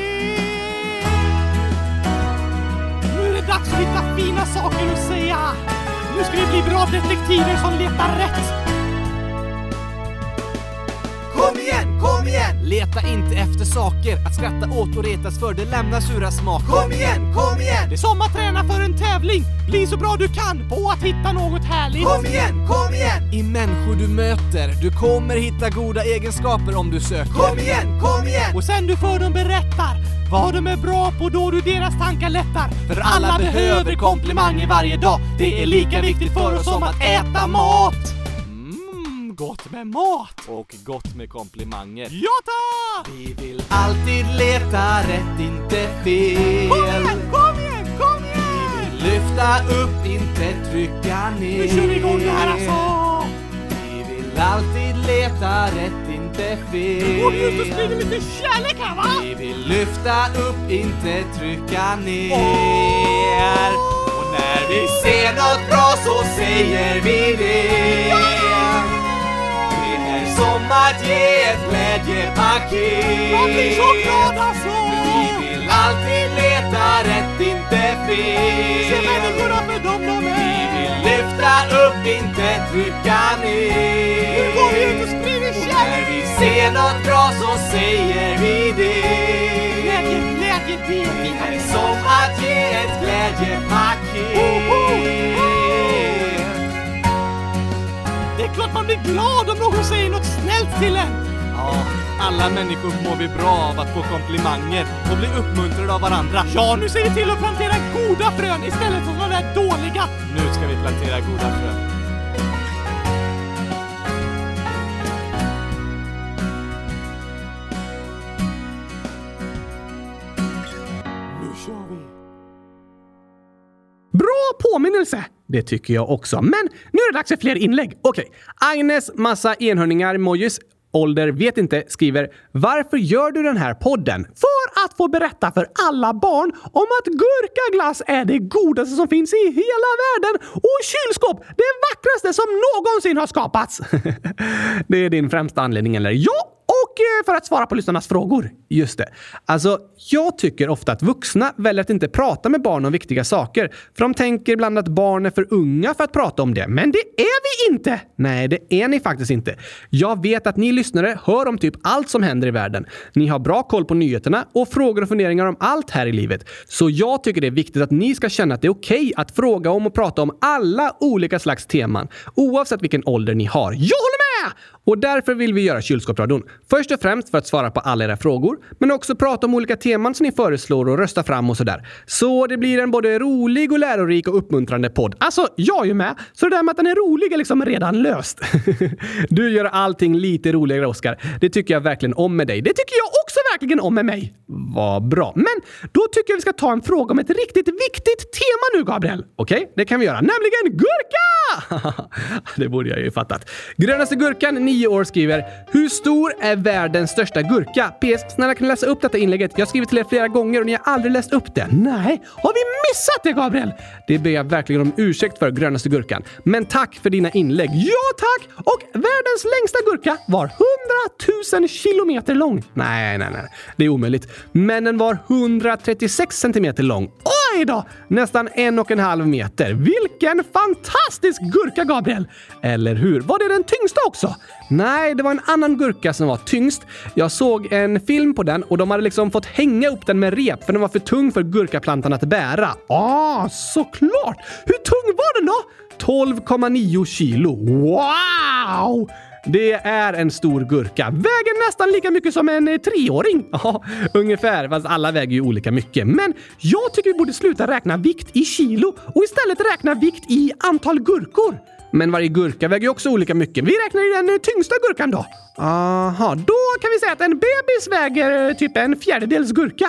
Dags att hitta fina saker att säga. Nu ska vi bli bra detektiver som letar rätt. Kom igen, kom igen! Leta inte efter saker att skratta åt och retas för, det lämnar sura smaker. Kom igen, kom igen! Det är som att träna för en tävling. bli så bra du kan på att hitta något härligt. Kom igen, kom igen! I människor du möter, du kommer hitta goda egenskaper om du söker. Kom igen, kom igen! Och sen du för dem berättar vad de är bra på då du deras tankar lättar. För alla, alla behöver komplimanger varje dag. Det är lika viktigt för oss som att äta mat. Mm, gott med mat. Och gott med komplimanger. Ja tack! Vi vill alltid leta rätt, inte fel. Kom igen, kom igen, kom igen! Vi vill lyfta upp, inte trycka ner. Nu kör vi igång det här alltså. Vi vill alltid leta rätt, inte fel. Och just och sprider lite kärlek här, va? Vi vill lyfta upp, inte trycka ner. Oh! Och när vi ser något bra så säger vi det. Ja! Det är som att ge ett glädjepaket. Jag blir så glad alltså. Vi vill alltid leta rätt, inte fel. Se människorna för dem de är. Vi vill lyfta upp, inte trycka ner. Nu går vi ut och sprider kärlek. När vi ser något bra så säger vi det. Glädje, glädje, det är som att ge ett glädjepaket. Oh, oh, oh. Det är klart man blir glad om någon säger något snällt till en. Ja, alla människor mår vi bra av att få komplimanger och bli uppmuntrade av varandra. Ja, nu ser vi till att plantera goda frön istället för sådana där dåliga. Nu ska vi plantera goda frön. Bra påminnelse! Det tycker jag också. Men nu är det dags för fler inlägg. Okej. Agnes, massa enhörningar, mojis, ålder, vet inte, skriver: varför gör du den här podden? För att få berätta för alla barn om att gurkaglass är det godaste som finns i hela världen. Och kylskåp, det vackraste som någonsin har skapats. Det är din främsta anledning, eller? Ja! Och för att svara på lyssnarnas frågor. Just det. Alltså, jag tycker ofta att vuxna väljer att inte prata med barn om viktiga saker. För de tänker ibland att barn är för unga för att prata om det. Men det är vi inte! Nej, det är ni faktiskt inte. Jag vet att ni lyssnare hör om typ allt som händer i världen. Ni har bra koll på nyheterna och frågor och funderingar om allt här i livet. Så jag tycker det är viktigt att ni ska känna att det är okej att fråga om och prata om alla olika slags teman. Oavsett vilken ålder ni har. Jag håller med! Och därför vill vi göra Kylskåpsradion. Först och främst för att svara på alla era frågor, men också prata om olika teman som ni föreslår och rösta fram och sådär. Så det blir en både rolig och lärorik och uppmuntrande podd. Alltså, jag är ju med, så det där med att den är rolig är liksom redan löst. Du gör allting lite roligare, Oskar. Det tycker jag verkligen om med dig. Det tycker jag också verkligen om med mig. Vad bra. Men då tycker jag vi ska ta en fråga om ett riktigt viktigt tema nu, Gabriel. Okej, okay, det kan vi göra. Nämligen gurka! Det borde jag ju fattat. Grönaste gurkan, nio år, skriver: hur stor är världens största gurka? P S, snälla kan du läsa upp detta inlägget? Jag har skrivit till er flera gånger och ni har aldrig läst upp det. Nej, har vi missat det, Gabriel? Det ber jag verkligen om ursäkt för, grönaste gurkan. Men tack för dina inlägg. Ja, tack! Och världens längsta gurka var hundratusen kilometer lång. Nej, nej, nej. Det är omöjligt. Men den var hundratrettiosex centimeter lång. Oj då! Nästan en och en halv meter. Vilken fantastisk gurka, Gabriel! Eller hur? Var det den tyngsta också? Nej, det var en annan gurka som var tyngst. Jag såg en film på den och de hade liksom fått hänga upp den med rep för den var för tung för gurkaplantan att bära. Ah, såklart! Hur tung var den då? tolv komma nio kilo. Wow! Det är en stor gurka. Väger nästan lika mycket som en treåring. Ja, ungefär. Fast alla väger ju olika mycket. Men jag tycker vi borde sluta räkna vikt i kilo och istället räkna vikt i antal gurkor. Men varje gurka väger ju också olika mycket. Vi räknar ju den tyngsta gurkan då. Aha, då kan vi säga att en bebis väger typ en fjärdedels gurka.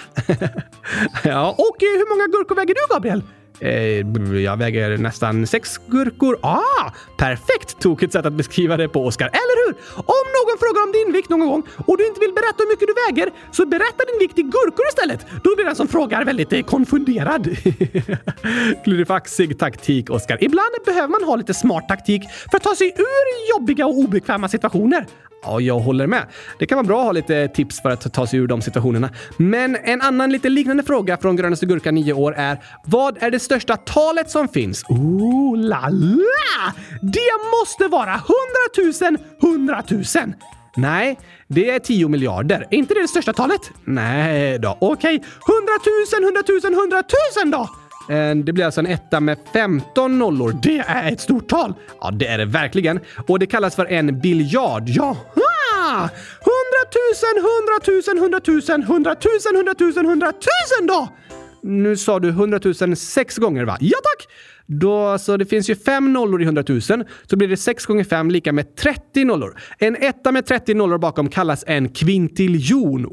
Ja, och hur många gurkor väger du, Gabriel? Eh, jag väger nästan sex gurkor. Ah, perfekt tokigt sätt att beskriva det på, Oskar. Eller hur? Om någon frågar om din vikt någon gång och du inte vill berätta hur mycket du väger, så berätta din vikt i gurkor istället. Då blir den som frågar väldigt eh, konfunderad. Klurifaxig taktik, Oskar. Ibland behöver man ha lite smart taktik för att ta sig ur jobbiga och obekväma situationer. Ja, jag håller med. Det kan vara bra att ha lite tips för att ta sig ur de situationerna. Men en annan lite liknande fråga från grönaste gurkan nio år är: vad är det största talet som finns? Oh la la! Det måste vara hundratusen, hundratusen. Nej, det är tio miljarder. Är inte det det största talet? Nej då, okej. Hundratusen, hundratusen, hundratusen då? Det blir alltså en etta med femton nollor. Det är ett stort tal. Ja, det är det verkligen. Och det kallas för en biljard. Ja. Hundratusen, hundratusen, hundratusen, hundratusen, hundratusen, hundratusen då! Nu sa du hundratusen sex gånger, va? Ja, tack! Då, så det finns ju fem nollor i hundratusen, så blir det sex gånger fem lika med trettio nollor. En etta med trettio nollor bakom kallas en kvintiljon.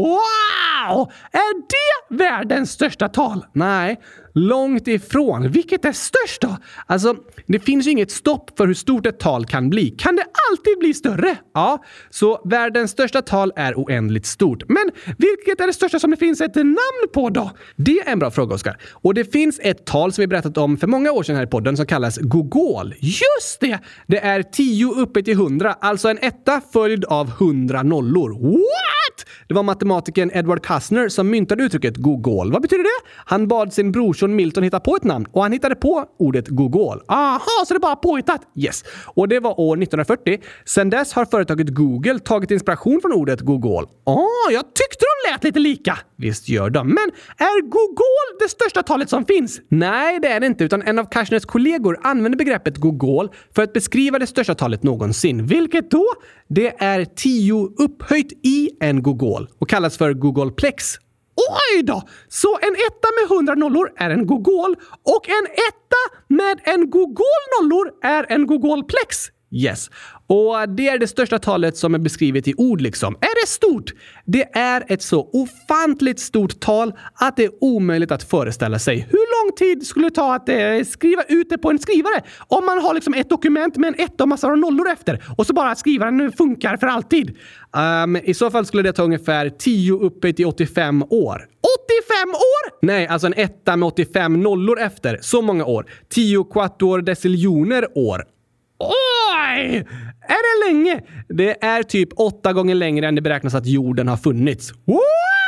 Wow! Är det världens största tal? Nej, långt ifrån. Vilket är störst då? Alltså, det finns ju inget stopp för hur stort ett tal kan bli. Kan det alltid bli större? Ja, så världens största tal är oändligt stort. Men vilket är det största som det finns ett namn på då? Det är en bra fråga, Oskar. Och det finns ett tal som vi berättat om för många år sedan här i podden som kallas gogol. Just det! Det är tio uppe till hundra, alltså en etta följd av hundra nollor. What? Det var matematikern Edward Kushner som myntade uttrycket gogol. Vad betyder det? Han bad sin brorson Milton hitta på ett namn och han hittade på ordet gogol. Aha, så det är bara påhittat? Yes. Och det var år nittonhundrafyrtio. Sen dess har företaget Google tagit inspiration från ordet gogol. Ah, jag tyckte de lät lite lika. Visst gör de. Men är gogol det största talet som finns? Nej, det är det inte, utan en av Kushners kollegor använder begreppet gogol för att beskriva det största talet någonsin. Vilket då? Det är tio upphöjt i en gogol och kallas för gogolplex. Oj då! Så en etta med hundra nollor är en gogol och en etta med en gogol nollor är en gogolplex. Yes. Och det är det största talet som är beskrivet i ord liksom. Är det stort? Det är ett så ofantligt stort tal att det är omöjligt att föreställa sig. Hur lång tid skulle det ta att eh, skriva ut det på en skrivare? Om man har liksom ett dokument med en etta och massor av nollor efter och så bara att skrivaren funkar för alltid. Um, I så fall skulle det ta ungefär tio uppe till åttiofem år. åttiofem år? Nej, alltså en etta med åttiofem nollor efter. Så många år. tio quattuor deciljoner år. Oj! Är det länge? Det är typ åtta gånger längre än det beräknas att jorden har funnits. What?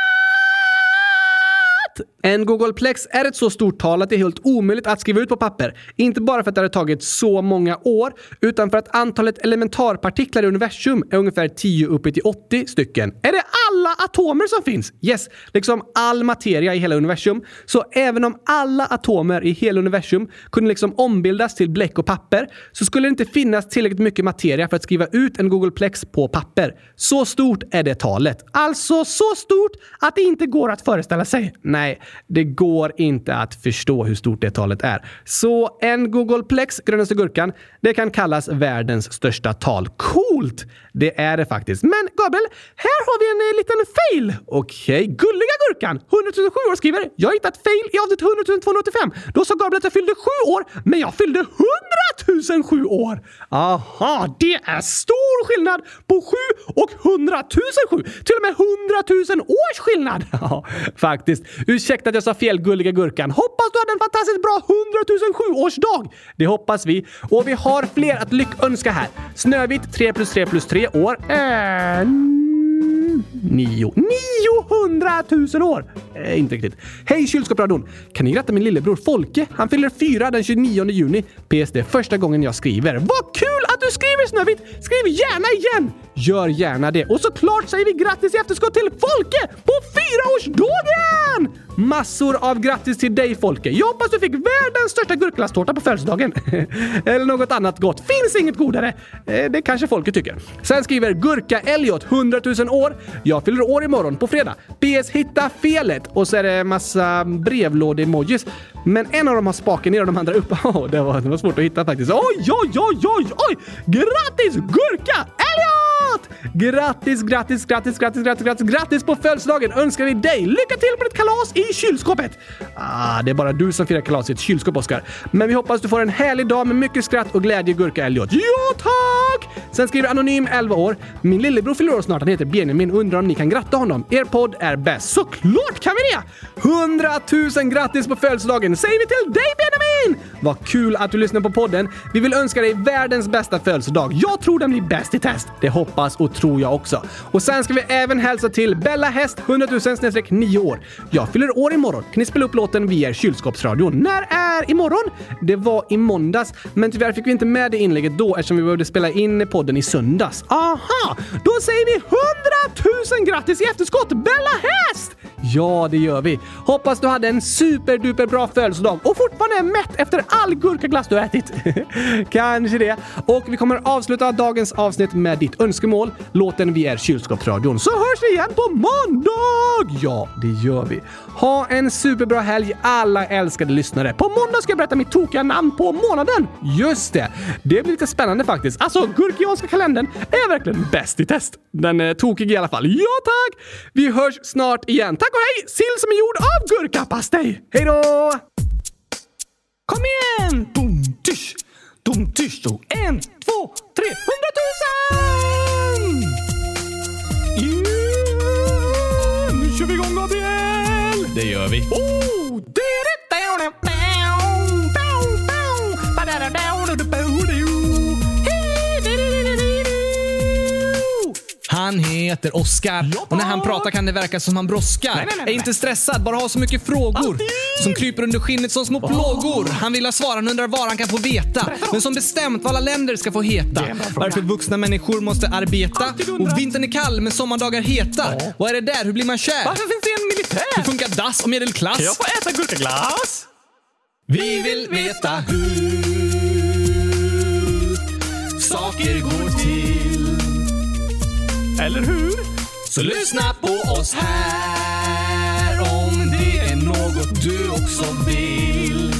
En gogolplex är ett så stort tal att det är helt omöjligt att skriva ut på papper. Inte bara för att det har tagit så många år, utan för att antalet elementarpartiklar i universum är ungefär tio uppe till åttio stycken. Är det alla atomer som finns? Yes, liksom all materia i hela universum. Så även om alla atomer i hela universum kunde liksom ombildas till bläck och papper, så skulle det inte finnas tillräckligt mycket materia för att skriva ut en gogolplex på papper. Så stort är det talet. Alltså så stort att det inte går att föreställa sig. Nej, det går inte att förstå hur stort det talet är. Så en gogolplex, grönaste gurkan, det kan kallas världens största tal. Coolt! Det är det faktiskt. Men Gabriel, här har vi en eh, liten fail. Okej, okay. Gulliga gurkan. hundratusen sju år skriver. Jag har hittat fail i avsnitt hundratusen tvåhundraåttiofem. Då sa Gabriel att jag fyllde sju år, men jag fyllde hundratusen sju år. Aha, det är stor skillnad på sju och hundratusen sju. Till och med hundratusen års skillnad. Ja, faktiskt. Ursäkta att jag sa fel, gulliga gurkan. Hoppas du hade en fantastiskt bra hundratusen sju årsdag. Det hoppas vi. Och vi har fler att lyckönska här. Snövit tre plus tre plus tre år. Äh, nio. niohundratusen år. Äh, inte riktigt. Hej kylskåpsradion. Kan ni gratta min lillebror Folke? Han fyller fyra den tjugonionde juni. P S D första gången jag skriver. Vad kul att du skriver, Snövit. Skriv gärna igen. Gör gärna det. Och såklart säger vi grattis i efterskott till Folke på fyraårsdagen! Massor av grattis till dig, Folke. Jag hoppas du fick världens största gurkglasstårta på födelsedagen. Eller något annat gott. Finns inget godare. Det kanske Folke tycker. Sen skriver Gurka Elliot, hundratusen år. Jag fyller år imorgon på fredag. P S hitta felet. Och så är det massa brevlåde-emojis. Men en av dem har spaken ner och de andra upp. Oh, det, var, det var svårt att hitta faktiskt. Oj, oj, oj, oj, oj. Grattis, Gurka Elliot! Grattis, grattis, grattis, grattis, grattis, grattis, grattis på födelsedagen önskar vi dig. Lycka till på ditt kalas i kylskåpet. Ah, det är bara du som firar kalas i ett kylskåp, Oskar. Men vi hoppas du får en härlig dag med mycket skratt och glädje, Gurka Elliot. Ja, tack! Sen skriver Anonym elva år. Min lillebror fyller år snart, han heter Benjamin. Undrar om ni kan gratta honom. Er podd är bäst. Såklart kan vi det! Hundratusen grattis på födelsedagen säger vi till dig, Benjamin! Vad kul att du lyssnar på podden. Vi vill önska dig världens bästa födelsedag. Jag tror den blir bäst i test. Det hoppas och tror jag också. Och sen ska vi även hälsa till Bella Häst, hundratusen nio år. Jag fyller år imorgon. Kan ni spela upp låten via kylskåpsradion? När är imorgon? Det var i måndags, men tyvärr fick vi inte med det inlägget då eftersom vi behövde spela in podden i söndags. Aha! Då säger vi hundratusen grattis i efterskott, Bella Häst! Ja, det gör vi. Hoppas du hade en superduper bra födelsedag och fortfarande är mätt efter all gurkaglass du ätit. Kanske det. Och vi kommer avsluta dagens avsnitt med ditt önskemål. Låten vi är kylskåpsradion. Så hörs vi igen på måndag! Ja, det gör vi. Ha en superbra helg, alla älskade lyssnare. På måndag ska jag berätta mitt tokiga namn på månaden. Just det. Det blir lite spännande faktiskt. Alltså, gurkianska kalendern är verkligen bäst i test. Den är tokig i alla fall. Ja, tack! Vi hörs snart igen. Tack och hej! Sill som är gjord av gurkapastej. Hej då! Kom igen! Dum, tysch! Dum, tysch! Och en, två, tre, hundratusen! Yeah! Nu kör vi igång, Gabriel! Det gör vi. Oh! Det är det! Han heter Oskar. Ja, och när han pratar kan det verka som han brådskar. Nej, nej, nej, är inte stressad, bara har så mycket frågor Alltid. som kryper under skinnet som små plågor. Han vill ha svar, han undrar var han kan få veta. Men som bestämt vad alla länder ska få heta. Varför vuxna människor måste arbeta. Och vintern är kall men sommardagar heta. Ja. Vad är det där? Hur blir man kär? Varför finns det en militär? Hur funkar dass och medelklass? Kan jag få äta gurkaglass? Vi vill veta hur saker går till. Eller hur? Så lyssna på oss här om det är något du också vill.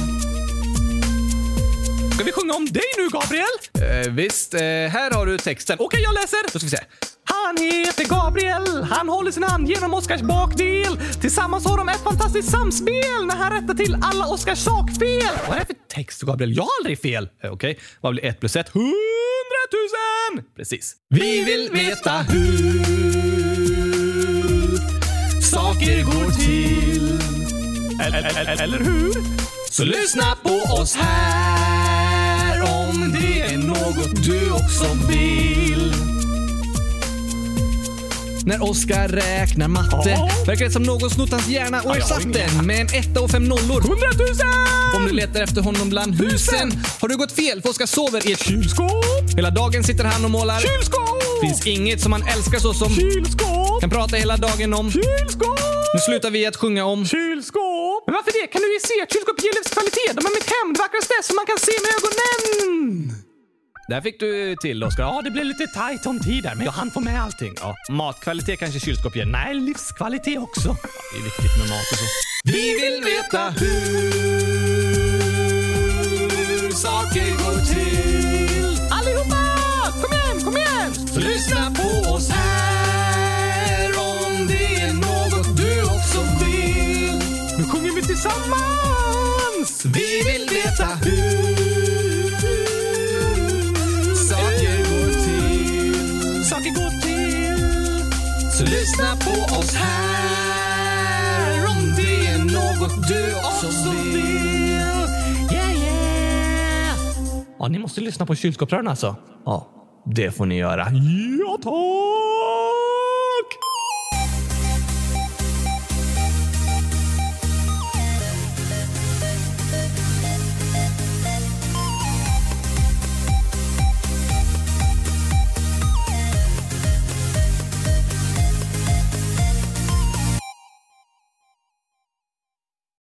Ska vi sjunga om dig nu, Gabriel? Eh, visst, eh, här har du texten. Okej, okay, jag läser. Då ska vi se. Han heter Gabriel, han håller sin hand genom Oskars bakdel. Tillsammans har de ett fantastiskt samspel när han rättar till alla Oskars sakfel. Vad är det för text, Gabriel? Jag har aldrig fel. Eh, Okej, okay. Vad blir ett plus ett? Hundratusen! Precis. Vi vill veta hur saker går till. Eller, eller, eller hur? Så lyssna på oss här om det är något du också vill. När Oskar räknar matte Ja. verkar det som någon snott hans hjärna och Ja, jag har ersatt ingen den med en etta och fem nollor. Hundratusen! Om du letar efter honom bland husen har du gått fel, för Oskar sover i ett Kylskåp! Hela dagen sitter han och målar. Kylskåp! Finns inget som han älskar så som Kylskåp! kan prata hela dagen om. Kylskåp! Nu slutar vi att sjunga om. Kylskåp! Men varför det? Kan du ju se att kylskåp ger livskvalitet. De är mitt hem, det vackraste som man kan se med ögonen. Där fick du till, Oskar. Ja, det blev lite tajt om tid där, men jag hann få med allting. Ja, matkvalitet kanske kylskåp ger. Nej, livskvalitet också. Det är viktigt med mat och så. Vi vill veta hur saker går till. Allihopa! Kom igen, kom igen! Så lyssna på oss här om det är något du också vill. Nu sjunger vi tillsammans! Vi vill veta hur saker går till. Saker går till. Så lyssna på oss här om det är något du också vill. Yeah, yeah! Ja, ni måste lyssna på kylskåpsrören alltså. Ja, det får ni göra. Ja, tack!